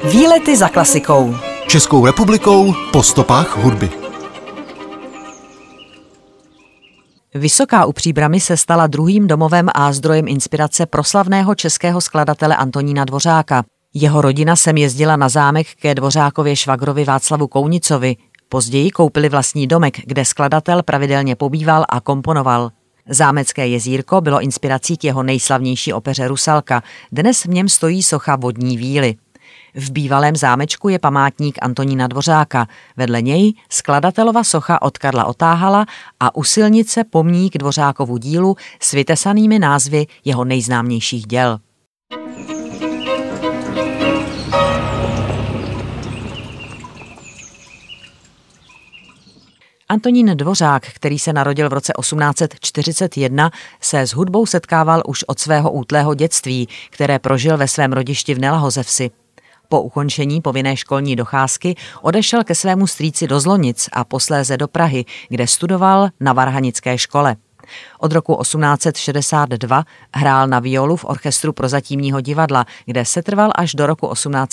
Výlety za klasikou. Českou republikou po stopách hudby. Vysoká u Příbrami se stala druhým domovem a zdrojem inspirace pro slavného českého skladatele Antonína Dvořáka. Jeho rodina sem jezdila na zámek ke Dvořákově švagrovi Václavu Kounicovi. Později koupili vlastní domek, kde skladatel pravidelně pobýval a komponoval. Zámecké jezírko bylo inspirací k jeho nejslavnější opeře Rusalka. Dnes v něm stojí socha Vodní víly. V bývalém zámečku je památník Antonína Dvořáka. Vedle něj skladatelova socha od Karla Otáhala a u silnice pomník Dvořákovu dílu s vytesanými názvy jeho nejznámějších děl. Antonín Dvořák, který se narodil v roce 1841, se s hudbou setkával už od svého útlého dětství, které prožil ve svém rodišti v Nelahozevsi. Po ukončení povinné školní docházky odešel ke svému strýci do Zlonic a posléze do Prahy, kde studoval na varhanické škole. Od roku 1862 hrál na violu v orchestru Prozatímního divadla, kde setrval až do roku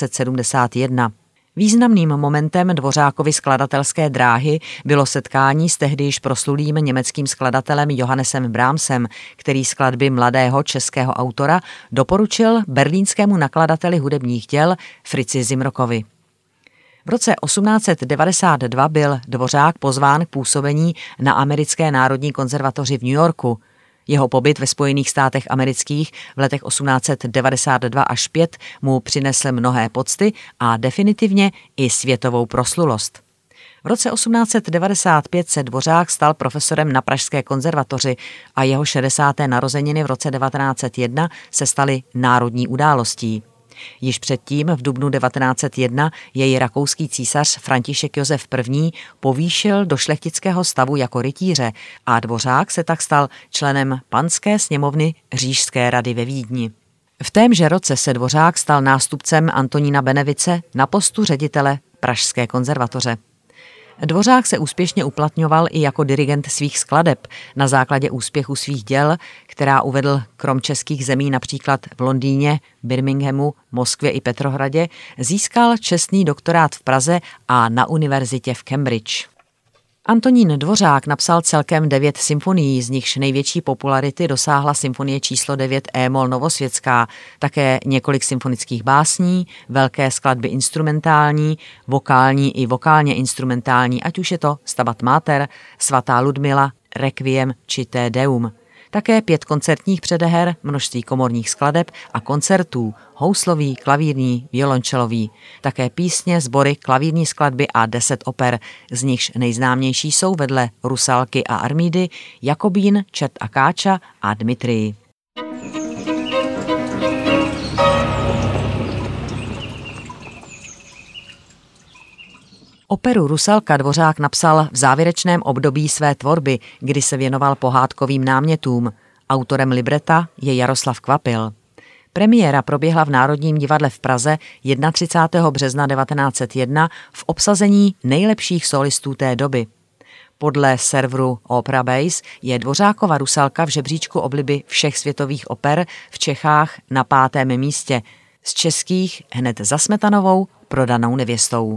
1871. Významným momentem Dvořákovy skladatelské dráhy bylo setkání s tehdy již proslulým německým skladatelem Johannesem Brahmsem, který skladby mladého českého autora doporučil berlínskému nakladateli hudebních děl Fritzi Zimrokovi. V roce 1892 byl Dvořák pozván k působení na Americké národní konzervatoři v New Yorku. Jeho pobyt ve Spojených státech amerických v letech 1892 až 5 mu přinesl mnohé pocty a definitivně i světovou proslulost. V roce 1895 se Dvořák stal profesorem na Pražské konzervatoři a jeho 60. narozeniny v roce 1901 se staly národní událostí. Již předtím v dubnu 1901 jej rakouský císař František Josef I. povýšil do šlechtického stavu jako rytíře a Dvořák se tak stal členem panské sněmovny Říšské rady ve Vídni. V témže roce se Dvořák stal nástupcem Antonína Benevice na postu ředitele Pražské konzervatoře. Dvořák se úspěšně uplatňoval i jako dirigent svých skladeb na základě úspěchu svých děl, která uvedl krom českých zemí například v Londýně, Birminghamu, Moskvě i Petrohradě, získal čestný doktorát v Praze a na univerzitě v Cambridge. Antonín Dvořák napsal celkem 9 symfonií, z nichž největší popularity dosáhla symfonie číslo 9 E-moll Novosvětská, také několik symfonických básní, velké skladby instrumentální, vokální i vokálně instrumentální, ať už je to Stabat Mater, Svatá Ludmila, Requiem či Te Deum. Také 5 koncertních předeher, množství komorních skladeb a koncertů, houslový, klavírní, violončelový. Také písně, sbory, klavírní skladby a 10 oper, z nichž nejznámější jsou vedle Rusalky a Armídy Jakobín, Čert a Káča a Dmitrij. Operu Rusalka Dvořák napsal v závěrečném období své tvorby, kdy se věnoval pohádkovým námětům. Autorem libreta je Jaroslav Kvapil. Premiéra proběhla v Národním divadle v Praze 31. března 1901 v obsazení nejlepších solistů té doby. Podle serveru Opera Base je Dvořákova Rusalka v žebříčku obliby všech světových oper v Čechách na 5. místě, z českých hned za Smetanovou Prodanou nevěstou.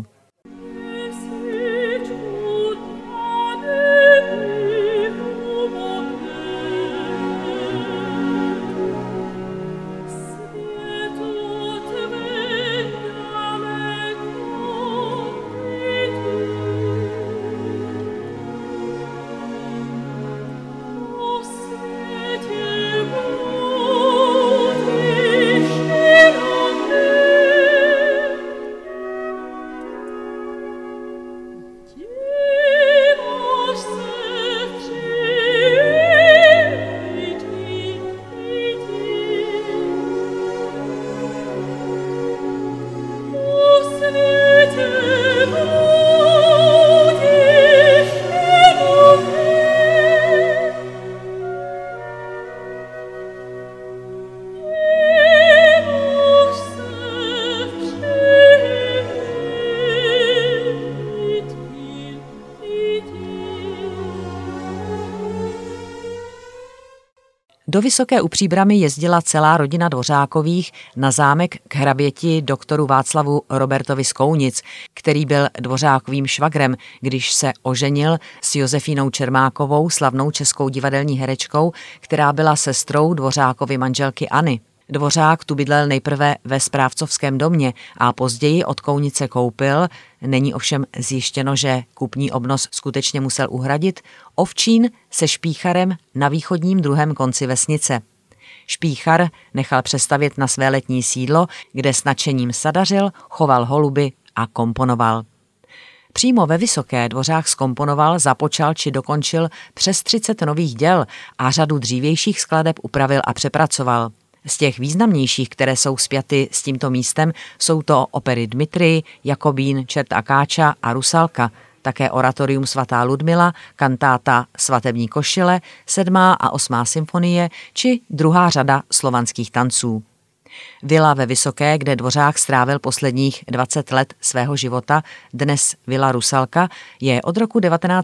Do Vysoké u Příbrami jezdila celá rodina Dvořákových na zámek k hraběti doktoru Václavu Robertovi z Kounic, který byl Dvořákovým švagrem, když se oženil s Josefínou Čermákovou, slavnou českou divadelní herečkou, která byla sestrou Dvořákovy manželky Anny. Dvořák tu bydlel nejprve ve správcovském domě a později od Kounice koupil, není ovšem zjištěno, že kupní obnos skutečně musel uhradit, ovčín se špícharem na východním druhém konci vesnice. Špíchar nechal přestavět na své letní sídlo, kde s nadšením sadařil, choval holuby a komponoval. Přímo ve Vysoké Dvořák zkomponoval, započal či dokončil přes 30 nových děl a řadu dřívějších skladeb upravil a přepracoval. Z těch významnějších, které jsou spjaty s tímto místem, jsou to opery Dmitrij, Jakobín, Čert a Káča a Rusalka, také oratorium Svatá Ludmila, kantáta Svatební košile, 7. a 8. symfonie či druhá řada slovanských tanců. Vila ve Vysoké, kde Dvořák strávil posledních 20 let svého života, dnes Vila Rusalka, je od roku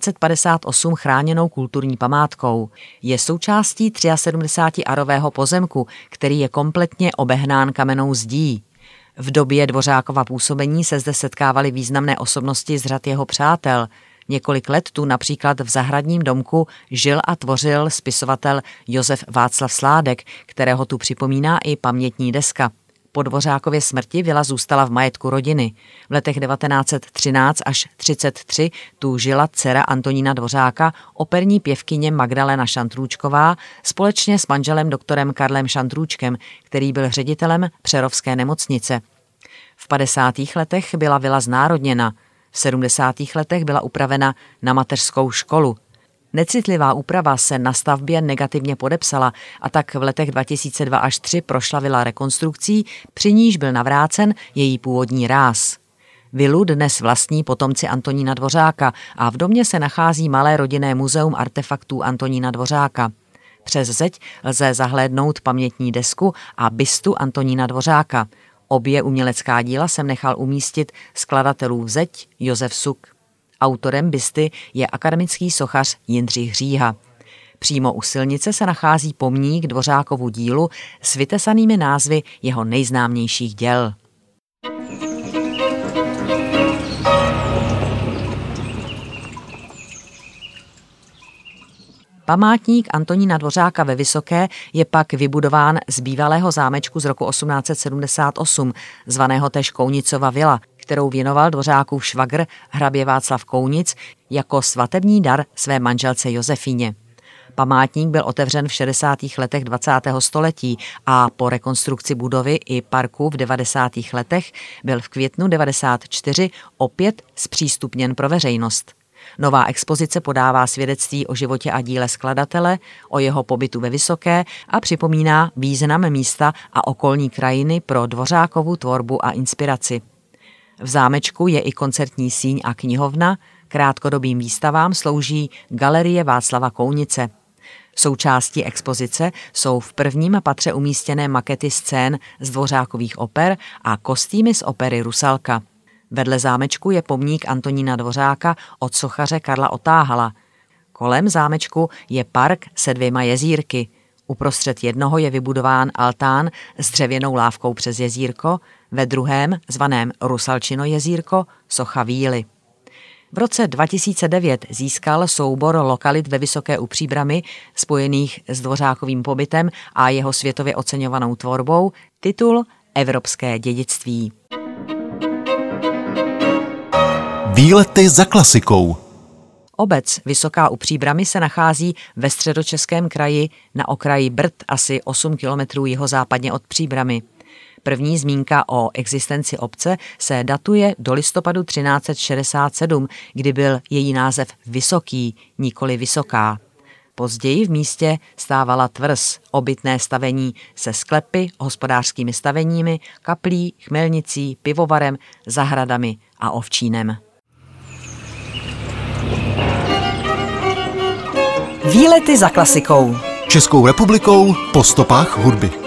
1958 chráněnou kulturní památkou. Je součástí 73arového pozemku, který je kompletně obehnán kamennou zdí. V době Dvořákova působení se zde setkávaly významné osobnosti z řad jeho přátel. Několik let tu například v zahradním domku žil a tvořil spisovatel Josef Václav Sládek, kterého tu připomíná i pamětní deska. Po Dvořákově smrti vila zůstala v majetku rodiny. V letech 1913 až 1933 tu žila dcera Antonína Dvořáka, operní pěvkyně Magdalena Šantrůčková, společně s manželem doktorem Karlem Šantrůčkem, který byl ředitelem Přerovské nemocnice. V 50. letech byla vila znárodněna. V 70. letech byla upravena na mateřskou školu. Necitlivá úprava se na stavbě negativně podepsala a tak v letech 2002 až 2003 prošla vila rekonstrukcí, při níž byl navrácen její původní ráz. Vilu dnes vlastní potomci Antonína Dvořáka a v domě se nachází malé rodinné muzeum artefaktů Antonína Dvořáka. Přes zeď lze zahlédnout pamětní desku a bystu Antonína Dvořáka. Obě umělecká díla jsem nechal umístit skladatelů Zeď Josef Suk. Autorem bysty je akademický sochař Jindřich Říha. Přímo u silnice se nachází pomník Dvořákovu dílu s vytesanými názvy jeho nejznámějších děl. Památník Antonína Dvořáka ve Vysoké je pak vybudován z bývalého zámečku z roku 1878, zvaného též Kounicova vila, kterou věnoval Dvořákův švagr hrabě Václav Kounic jako svatební dar své manželce Josefíně. Památník byl otevřen v 60. letech 20. století a po rekonstrukci budovy i parku v 90. letech byl v květnu 1994 opět zpřístupněn pro veřejnost. Nová expozice podává svědectví o životě a díle skladatele, o jeho pobytu ve Vysoké a připomíná význam místa a okolní krajiny pro Dvořákovu tvorbu a inspiraci. V zámečku je i koncertní síň a knihovna, krátkodobým výstavám slouží Galerie Václava Kounice. Součástí expozice jsou v prvním patře umístěné makety scén z Dvořákových oper a kostýmy z opery Rusalka. Vedle zámečku je pomník Antonína Dvořáka od sochaře Karla Otáhala. Kolem zámečku je park se 2 jezírky. Uprostřed jednoho je vybudován altán s dřevěnou lávkou přes jezírko, ve druhém, zvaném Rusalčino jezírko, socha Víly. V roce 2009 získal soubor lokalit ve Vysoké u Příbrami, spojených s Dvořákovým pobytem a jeho světově oceňovanou tvorbou, titul Evropské dědictví. Výlety za klasikou. Obec Vysoká u Příbrami se nachází ve Středočeském kraji na okraji Brd asi 8 kilometrů jihozápadně od Příbrami. První zmínka o existenci obce se datuje do listopadu 1367, kdy byl její název Vysoký, nikoli Vysoká. Později v místě stávala tvrz, obytné stavení se sklepy, hospodářskými staveními, kaplí, chmelnicí, pivovarem, zahradami a ovčínem. Výlety za klasikou. Českou republikou po stopách hudby.